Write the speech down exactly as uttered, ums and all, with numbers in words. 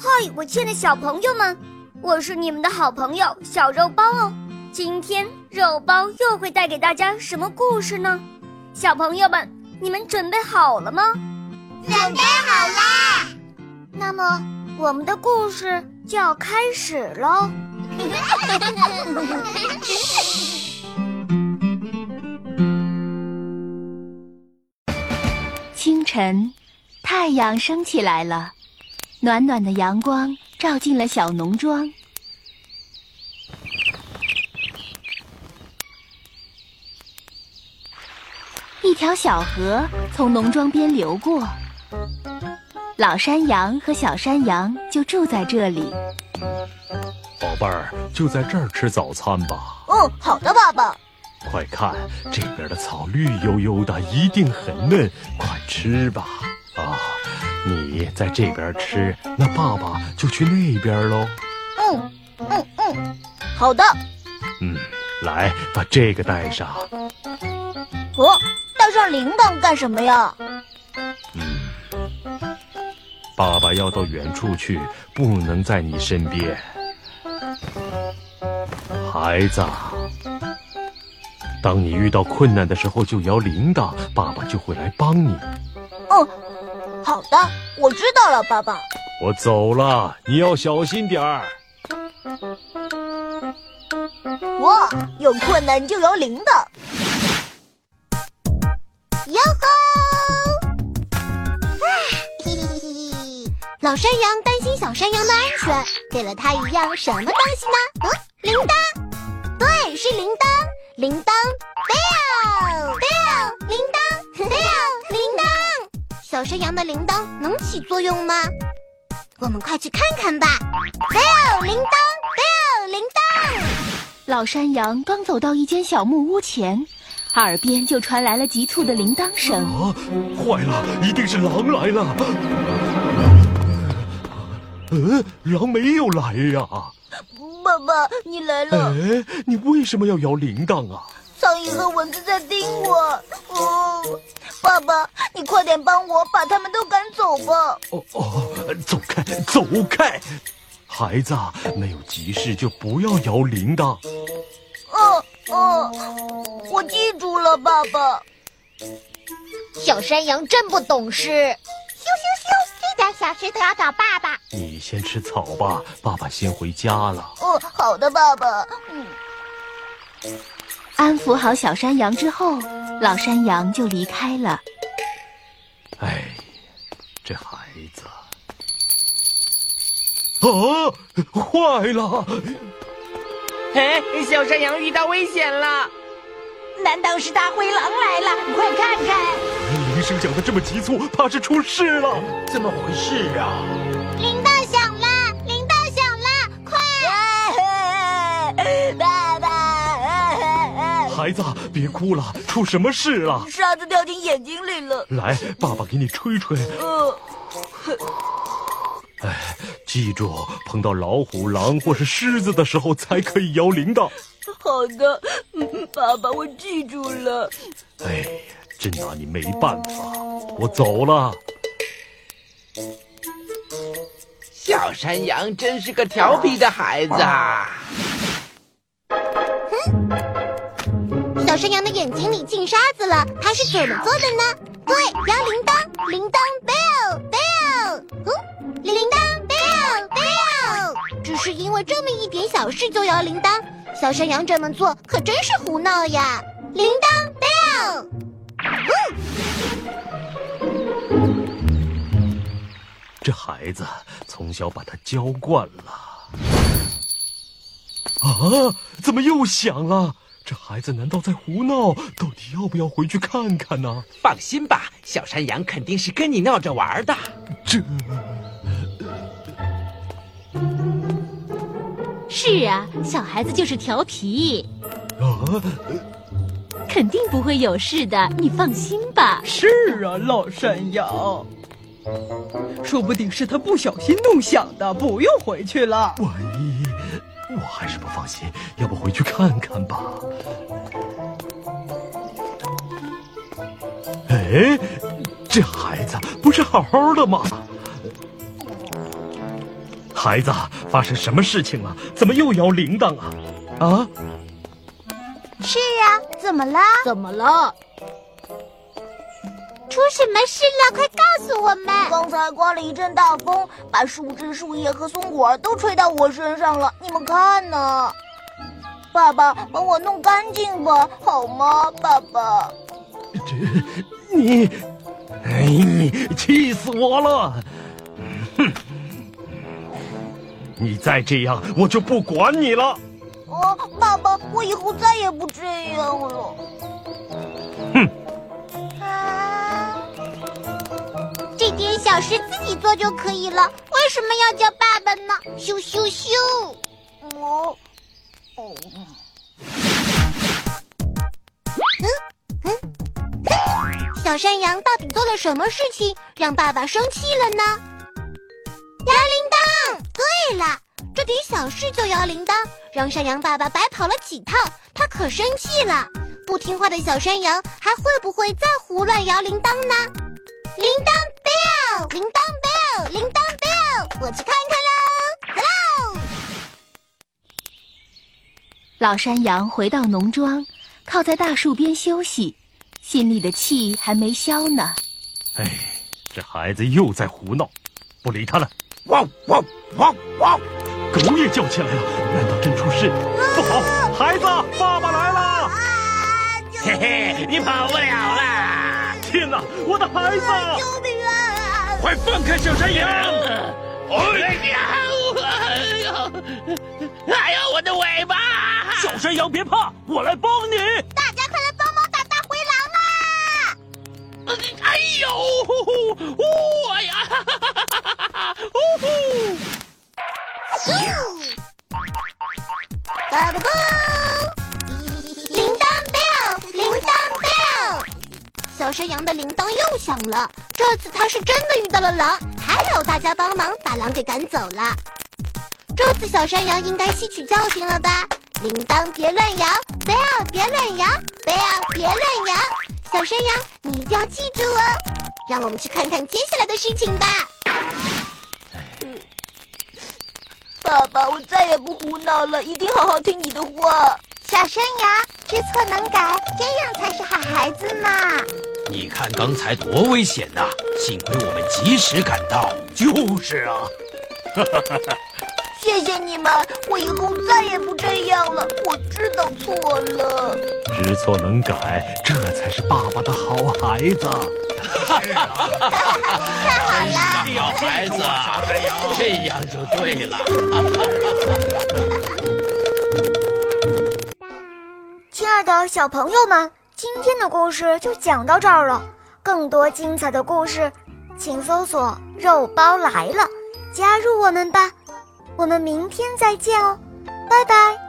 嗨，我亲爱的小朋友们，我是你们的好朋友小肉包哦。今天肉包又会带给大家什么故事呢？小朋友们，你们准备好了吗？ 准备好啦！ 那么我们的故事就要开始喽。 清晨，太阳升起来了，暖暖的阳光照进了小农庄。一条小河从农庄边流过，老山羊和小山羊就住在这里。 宝贝儿，就在这儿吃早餐吧。 哦，好的，爸爸。 快看，这边的草绿油油的，一定很嫩，快吃吧。啊，你在这边吃，那爸爸就去那边喽。 嗯嗯嗯，好的。 嗯，来，把这个带上。 哦，带上铃铛干什么呀？ 嗯，爸爸要到远处去，不能在你身边。孩子，当你遇到困难的时候就摇铃铛，爸爸就会来帮你。 嗯，好的，我知道了，爸爸。 我走了，你要小心点儿。 哇，有困难就摇铃铛。哟吼！啊，嘿嘿嘿嘿！老山羊担心小山羊的安全，给了它一样什么东西呢？嗯，铃铛。对，是铃铛。铃铛 ，bell bell， 铃铛 ，bell 铃铛。小山羊的铃铛能起作用吗？我们快去看看吧。bell 铃铛 ，bell 铃铛。 老山羊刚走到一间小木屋前，耳边就传来了急促的铃铛声。 啊，坏了，一定是狼来了。呃，狼没有来呀。 爸爸，你来了。 哎，你为什么要摇铃铛啊？ 苍蝇和蚊子在叮我。哦，爸爸，你快点帮我把他们都赶走吧。 哦哦，走开，走开！孩子，没有急事就不要摇铃铛。 哦哦，我记住了，爸爸。小山羊真不懂事。咻咻咻，这点小石头要找爸爸。 你先吃草吧，爸爸先回家了。 哦，好的，爸爸。嗯。 安抚好小山羊之后，老山羊就离开了。 哎，这孩子。啊，坏了！ 哎，小山羊遇到危险了！ 难道是大灰狼来了？快看看！ 铃声响得这么急促，怕是出事了。 怎么回事啊？ 铃铛响了，铃铛响了，快！爸爸！ 孩子，别哭了，出什么事了？ 沙子掉进眼睛里了。 来，爸爸给你吹吹。 呃， 哎，记住，碰到老虎、狼或是狮子的时候才可以摇铃铛。 好的，嗯，爸爸，我记住了。 哎，真拿你没办法，我走了。 小山羊真是个调皮的孩子啊！ 哼，小山羊的眼睛里进沙子了，它是怎么做的呢？对，摇铃铛，铃铛 bell bell， 嗯，铃铛 bell bell。只是因为这么一点小事就摇铃铛，小山羊这么做可真是胡闹呀！铃铛 bell， 嗯。 这孩子从小把他教惯了。啊，怎么又响了？这孩子难道在胡闹？到底要不要回去看看呢？ 放心吧，小山羊肯定是跟你闹着玩的。 这…… 是啊，小孩子就是调皮。 啊， 肯定不会有事的，你放心吧。 是啊，老山羊。说不定是他不小心弄响的，不用回去了。 万一……我还是不放心，要不回去看看吧。哎，这孩子不是好好的吗？ 孩子，发生什么事情了？怎么又摇铃铛啊？啊？ 是啊，怎么了？ 怎么了？ 出什么事了？快告诉我们！ 刚才刮了一阵大风，把树枝、树叶和松果都吹到我身上了。你们看呢？爸爸，帮我弄干净吧，好吗？爸爸。 这，你，哎，气死我了！哼，你再这样，我就不管你了。 哦，爸爸，我以后再也不这样了。 哼。 啊，这点小事自己做就可以了，为什么要叫爸爸呢？咻咻咻！ 我，哦， 嗯嗯，小山羊到底做了什么事情让爸爸生气了呢？摇铃铛！对了，这点小事就摇铃铛，让山羊爸爸白跑了几趟，他可生气了。不听话的小山羊还会不会再胡乱摇铃铛呢？铃铛 bell， 铃铛 bell， 铃铛 bell， 我去看看喽 ，Hello。 老山羊回到农庄，靠在大树边休息，心里的气还没消呢。 哎，这孩子又在胡闹，不理他了。 汪汪汪汪！ 狗也叫起来了，难道真出事？不好，孩子，爸爸来了！ 嘿嘿，你跑不了了！ 天哪，我的孩子！ 救命啊！ 快放开小山羊！ 哎呀！哎呀！哎呀，我的尾巴！ 小山羊别怕，我来帮你。 大家快来帮忙打大灰狼啦！ 哎呦！我呀！呜呼！ 爸爸，铃铛 bell， 铃铛 bell， 小山羊的铃铛又响了。这次他是真的遇到了狼，还有大家帮忙把狼给赶走了。这次小山羊应该吸取教训了吧？铃铛别乱摇 ，bell 别乱摇 ，bell 别乱摇。小山羊，你一定要记住哦。让我们去看看接下来的事情吧。 爸爸，我再也不胡闹了，一定好好听你的话。 小山羊，知错能改，这样才是好孩子嘛。 你看刚才多危险呐！幸亏我们及时赶到。 就是啊， 谢谢你们，我以后再也不这样了。我知道错了。 知错能改，这才是爸爸的好孩子。 太好了， 好孩子，这样就对了。 亲爱的小朋友们，今天的故事就讲到这儿了。更多精彩的故事，请搜索“肉包来了”，加入我们吧。我们明天再见哦，拜拜。